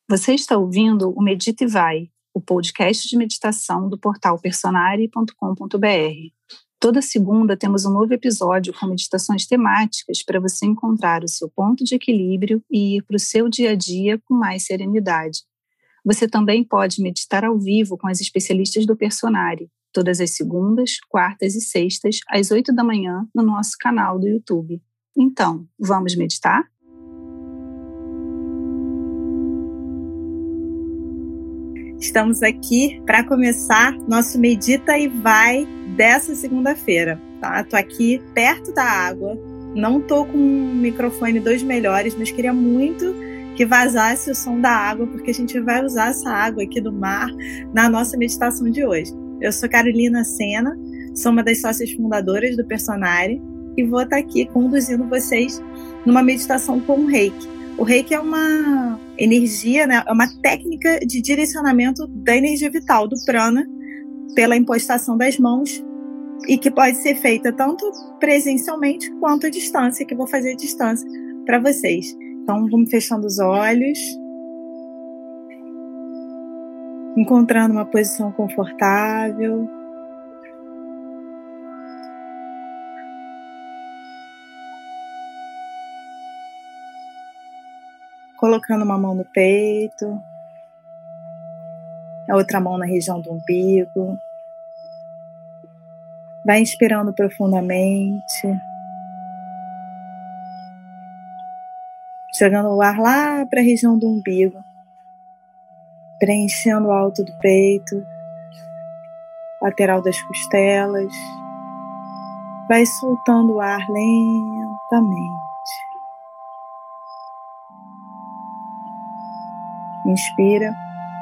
Você está ouvindo o Medita e Vai, o podcast de meditação do portal personare.com.br. Toda segunda temos um novo episódio com meditações temáticas para você encontrar o seu ponto de equilíbrio e ir para o seu dia a dia com mais serenidade. Você também pode meditar ao vivo com as especialistas do Personare, todas as segundas, quartas e sextas, às 8 da manhã, no nosso canal do YouTube. Então, vamos meditar? Estamos aqui para começar nosso Medita e Vai dessa segunda-feira, tá? Tô aqui perto da água, não tô com um microfone dos melhores, mas queria muito que vazasse o som da água, porque a gente vai usar essa água aqui do mar na nossa meditação de hoje. Eu sou Carolina Sena, sou uma das sócias fundadoras do Personare e vou estar aqui conduzindo vocês numa meditação com o Reiki. O Reiki é uma energia, né? É uma técnica de direcionamento da energia vital, do prana, pela impostação das mãos e que pode ser feita tanto presencialmente quanto à distância, que eu vou fazer à distância para vocês. Então, vamos fechando os olhos, encontrando uma posição confortável. Colocando uma mão no peito, a outra mão na região do umbigo. Vai inspirando profundamente, jogando o ar lá para a região do umbigo, preenchendo o alto do peito, lateral das costelas. Vai soltando o ar lentamente. Inspira.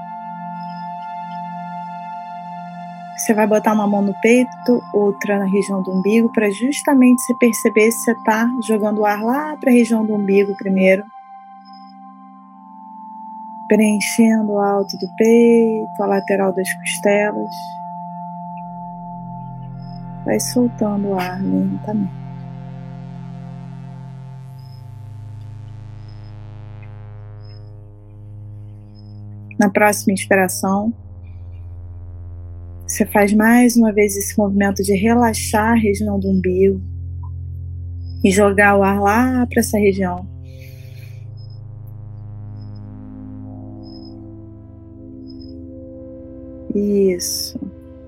Você vai botar uma mão no peito, outra na região do umbigo, para justamente você perceber se você está jogando o ar lá para a região do umbigo primeiro. Preenchendo o alto do peito, a lateral das costelas. Vai soltando o ar lentamente. Na próxima inspiração, você faz mais uma vez esse movimento de relaxar a região do umbigo e jogar o ar lá para essa região. Isso.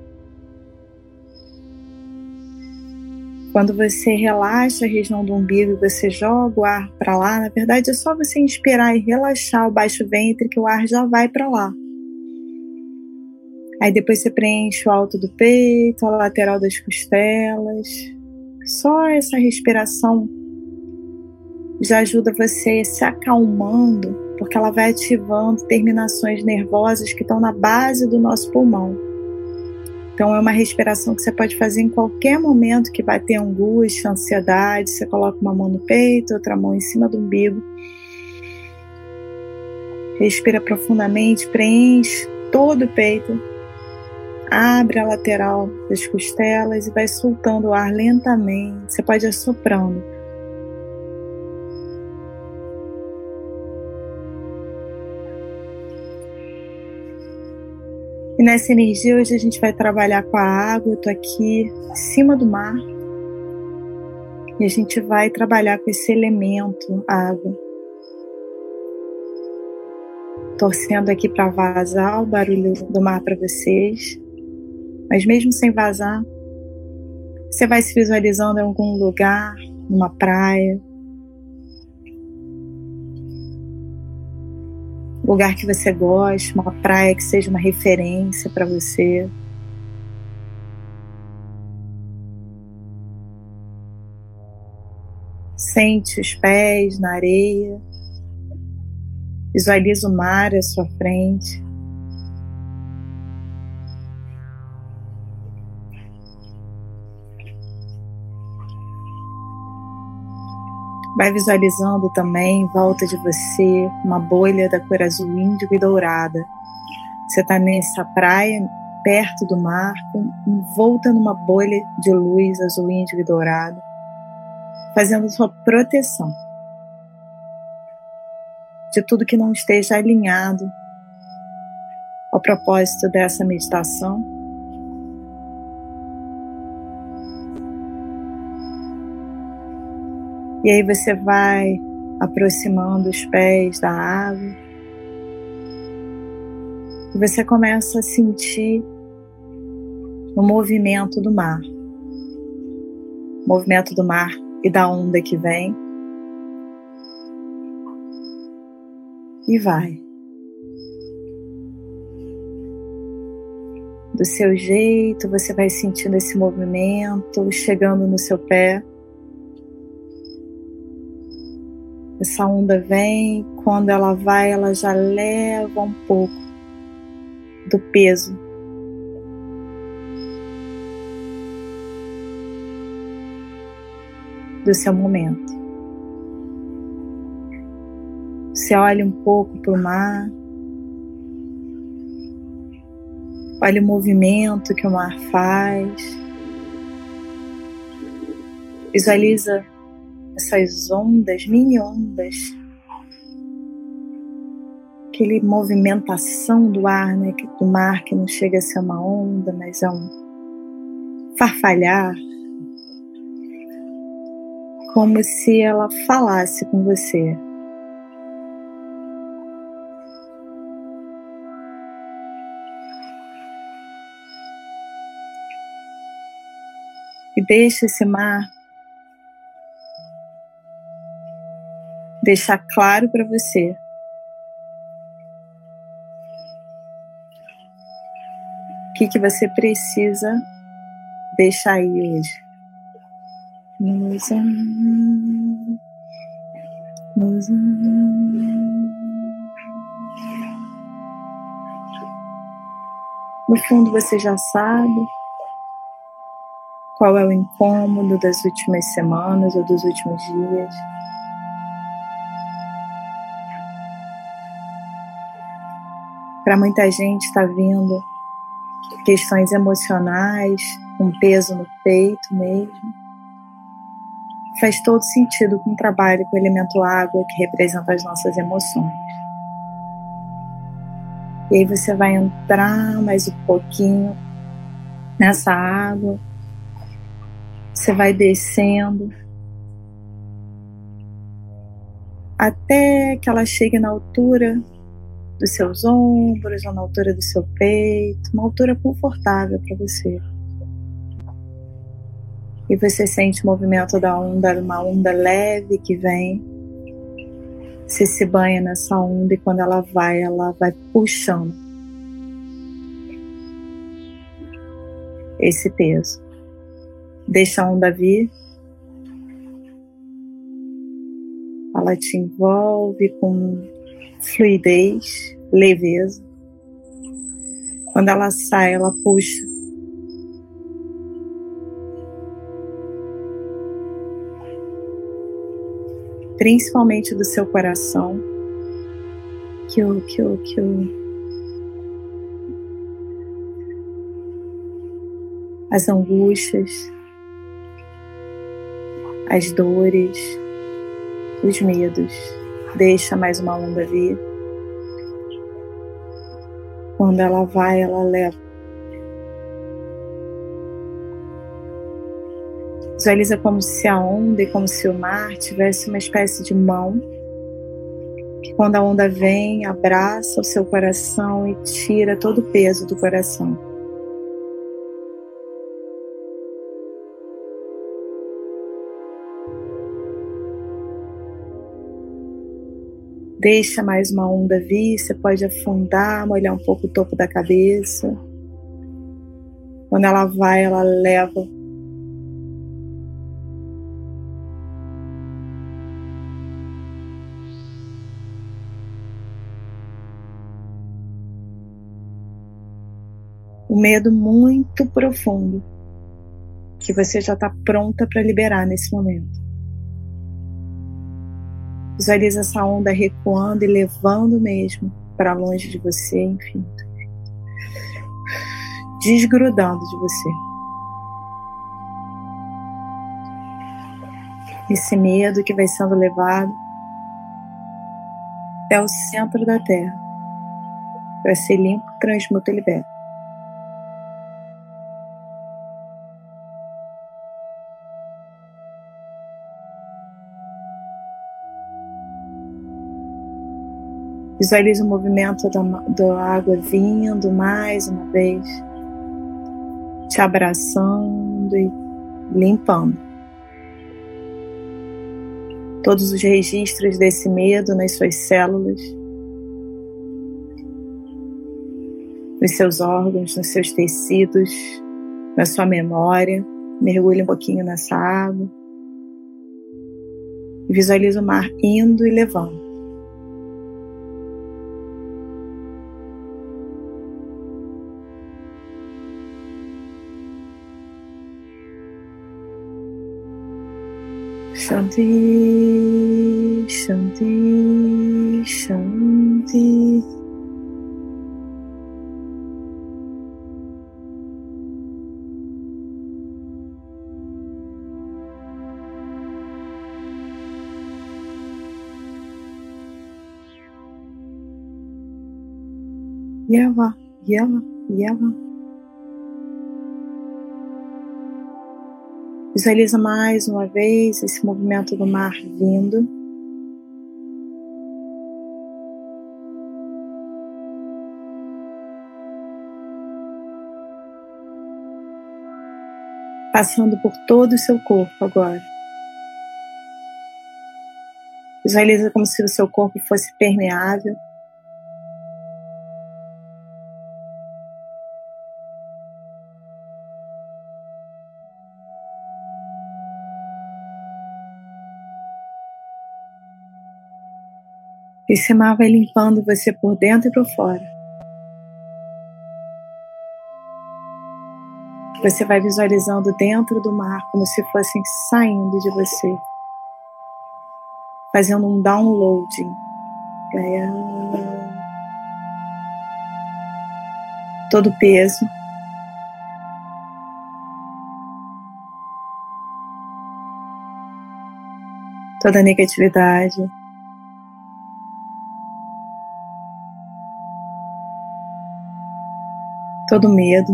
Quando você relaxa a região do umbigo e você joga o ar para lá, na verdade é só você inspirar e relaxar o baixo ventre que o ar já vai para lá. Aí depois você preenche o alto do peito, a lateral das costelas. Só essa respiração já ajuda você se acalmando, porque ela vai ativando terminações nervosas que estão na base do nosso pulmão. Então é uma respiração que você pode fazer em qualquer momento que vai ter angústia, ansiedade. Você coloca uma mão no peito, outra mão em cima do umbigo. Respira profundamente, preenche todo o peito. Abre a lateral das costelas e vai soltando o ar lentamente. Você pode ir assoprando. E nessa energia hoje a gente vai trabalhar com a água. Eu estou aqui em cima do mar. E a gente vai trabalhar com esse elemento, água. Torcendo aqui para vazar o barulho do mar para vocês. Mas mesmo sem vazar, você vai se visualizando em algum lugar, numa praia. Lugar que você goste, uma praia que seja uma referência para você. Sente os pés na areia. Visualiza o mar à sua frente. Vai visualizando também em volta de você uma bolha da cor azul índigo e dourada. Você está nessa praia, perto do mar, envolta numa bolha de luz azul índigo e dourada, fazendo sua proteção. de tudo que não esteja alinhado ao propósito dessa meditação. E aí você vai aproximando os pés da água e você começa a sentir o movimento do mar. O movimento do mar e da onda que vem e vai. Do seu jeito, você vai sentindo esse movimento chegando no seu pé. Essa onda vem, quando ela vai, ela já leva um pouco do peso do seu momento. Você olha um pouco para o mar, olha o movimento que o mar faz, visualiza essas ondas, mini ondas, aquele movimentação do ar, né, do mar, que não chega a ser uma onda, mas é um farfalhar, como se ela falasse com você. E deixa esse mar deixar claro para você o que você precisa deixar aí hoje. No fundo você já sabe qual é o incômodo das últimas semanas ou dos últimos dias. Para muita gente está vindo questões emocionais, um peso no peito mesmo. Faz todo sentido com o trabalho com o elemento água, que representa as nossas emoções. E aí você vai entrar mais um pouquinho nessa água. Você vai descendo até que ela chegue na altura dos seus ombros, ou na altura do seu peito, uma altura confortável para você. E você sente o movimento da onda, uma onda leve que vem. Você se banha nessa onda e quando ela vai puxando esse peso. Deixa a onda vir. Ela te envolve com fluidez, leveza. Quando ela sai, ela puxa. Principalmente do seu coração, as angústias, as dores, os medos. Deixa mais uma onda vir. Quando ela vai, ela leva. Visualiza como se a onda e como se o mar tivesse uma espécie de mão que, quando a onda vem, abraça o seu coração e tira todo o peso do coração. Deixa mais uma onda vir, você pode afundar, molhar um pouco o topo da cabeça. Quando ela vai, ela leva. O medo muito profundo, que você já está pronta para liberar nesse momento. Visualiza essa onda recuando e levando mesmo para longe de você, enfim. Desgrudando de você. Esse medo que vai sendo levado até o centro da Terra, para ser limpo, transmuta e liberta. Visualize o movimento da água vindo mais uma vez, te abraçando e limpando todos os registros desse medo nas suas células, nos seus órgãos, nos seus tecidos, na sua memória. Mergulhe um pouquinho nessa água e visualize o mar indo e levando. Shanti, Shanti, Shanti. Yava, Yava, Yava. Visualiza mais uma vez esse movimento do mar vindo. Passando por todo o seu corpo agora. Visualiza como se o seu corpo fosse permeável. Esse mar vai limpando você por dentro e por fora. Você vai visualizando dentro do mar como se fossem saindo de você. Fazendo um downloading. Todo o peso. Toda a negatividade. Todo medo.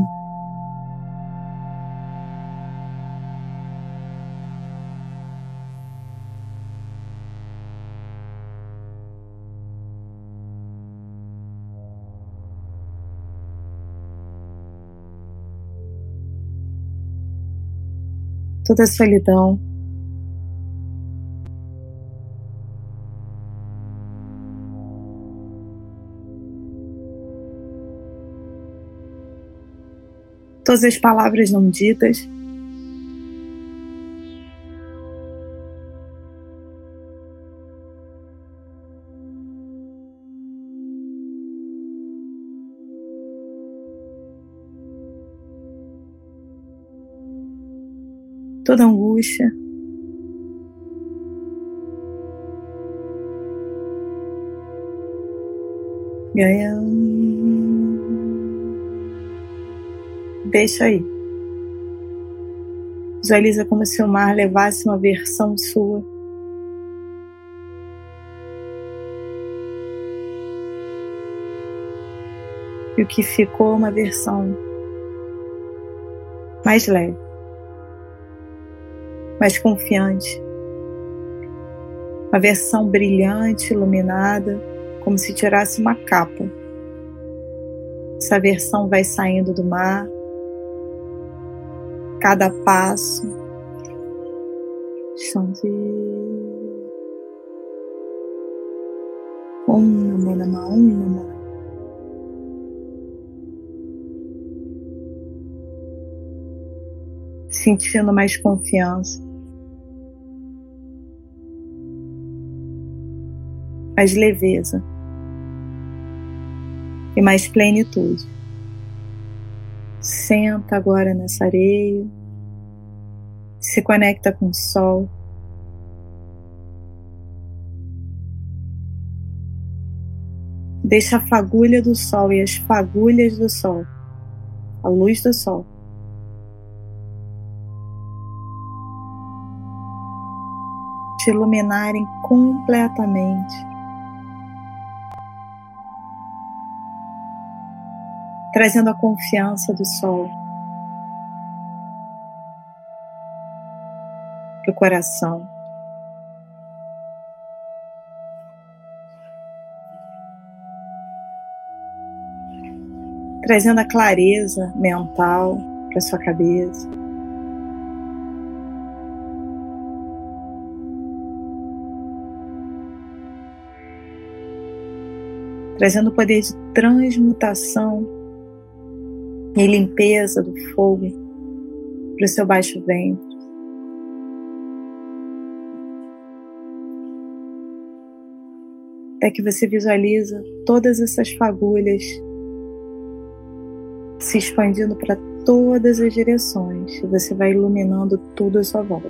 Toda a solidão. Todas as palavras não ditas. Toda angústia. Deixa aí. Visualiza como se o mar levasse uma versão sua. E o que ficou uma versão mais leve, mais confiante. Uma versão brilhante, iluminada, como se tirasse uma capa. Essa versão vai saindo do mar. Cada passo. Shanti. Om Namo Namah, Om Namo. Sentindo mais confiança. Mais leveza. E mais plenitude. Senta agora nessa areia, se conecta com o sol. Deixa a fagulha do sol e as fagulhas do sol, a luz do sol, te iluminarem completamente. trazendo a confiança do sol para o coração. Trazendo a clareza mental para sua cabeça. Trazendo o poder de transmutação e limpeza do fogo para o seu baixo ventre. Até que você visualiza todas essas fagulhas se expandindo para todas as direções, e você vai iluminando tudo à sua volta.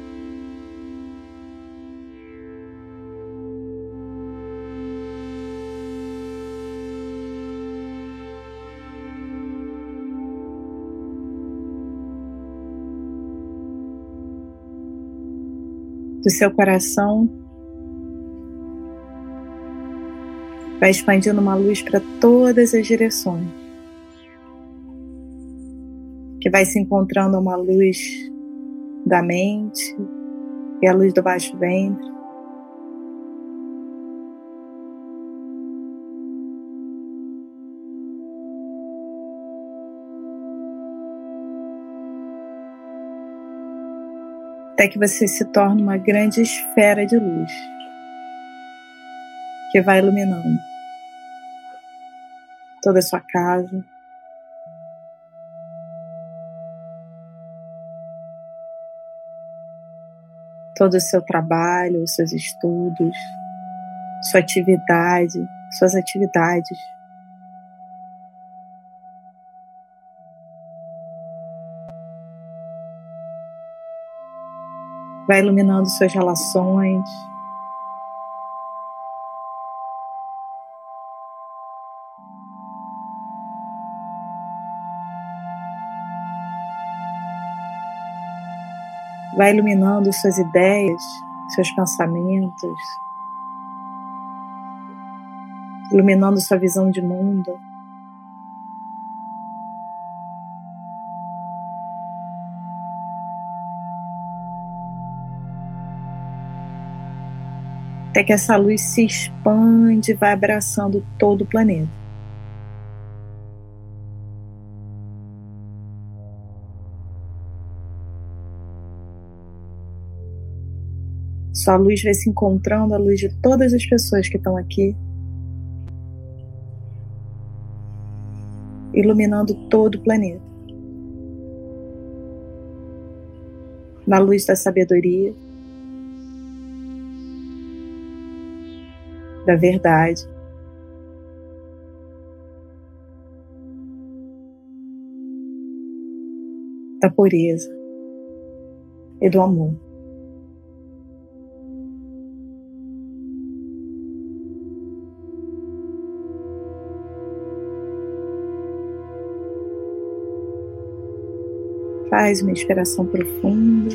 Do seu coração vai expandindo uma luz para todas as direções, que vai se encontrando uma luz da mente e a luz do baixo ventre. Até que você se torne uma grande esfera de luz que vai iluminando toda a sua casa, todo o seu trabalho, os seus estudos, sua atividade, suas atividades. Vai iluminando suas relações. Vai iluminando suas ideias, seus pensamentos, iluminando sua visão de mundo. Até que essa luz se expande e vai abraçando todo o planeta. Sua luz vai se encontrando a luz de todas as pessoas que estão aqui, iluminando todo o planeta. Na luz da sabedoria, da verdade, da pureza e do amor. Faz uma inspiração profunda.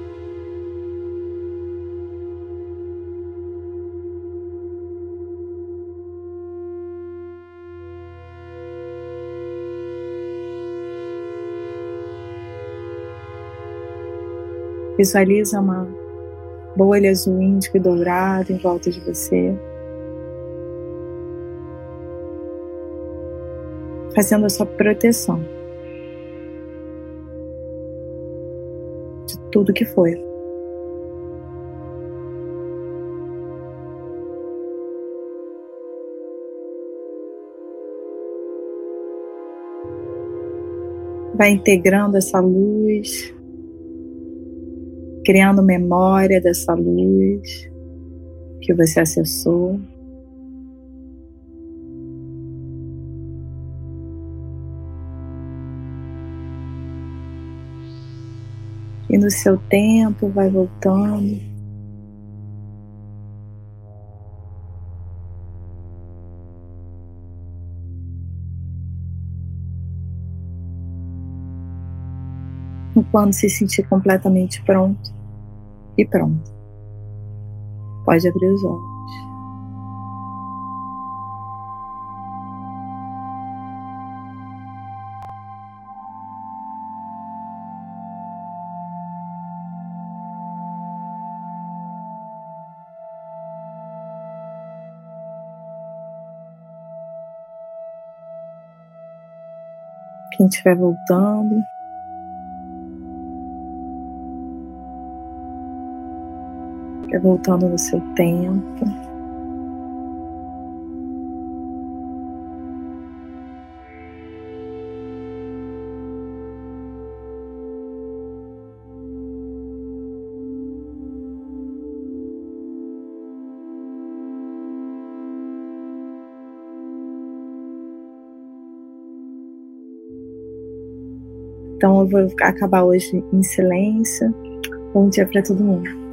Visualiza uma bolha azul índigo e dourada em volta de você, fazendo a sua proteção de tudo que foi. Vai integrando essa luz, criando memória dessa luz que você acessou. E no seu tempo vai voltando. E quando se sentir completamente pronto e pronto, pode abrir os olhos. Quem estiver voltando. Vai voltando no seu tempo. Então eu vou acabar hoje em silêncio. Bom dia para todo mundo.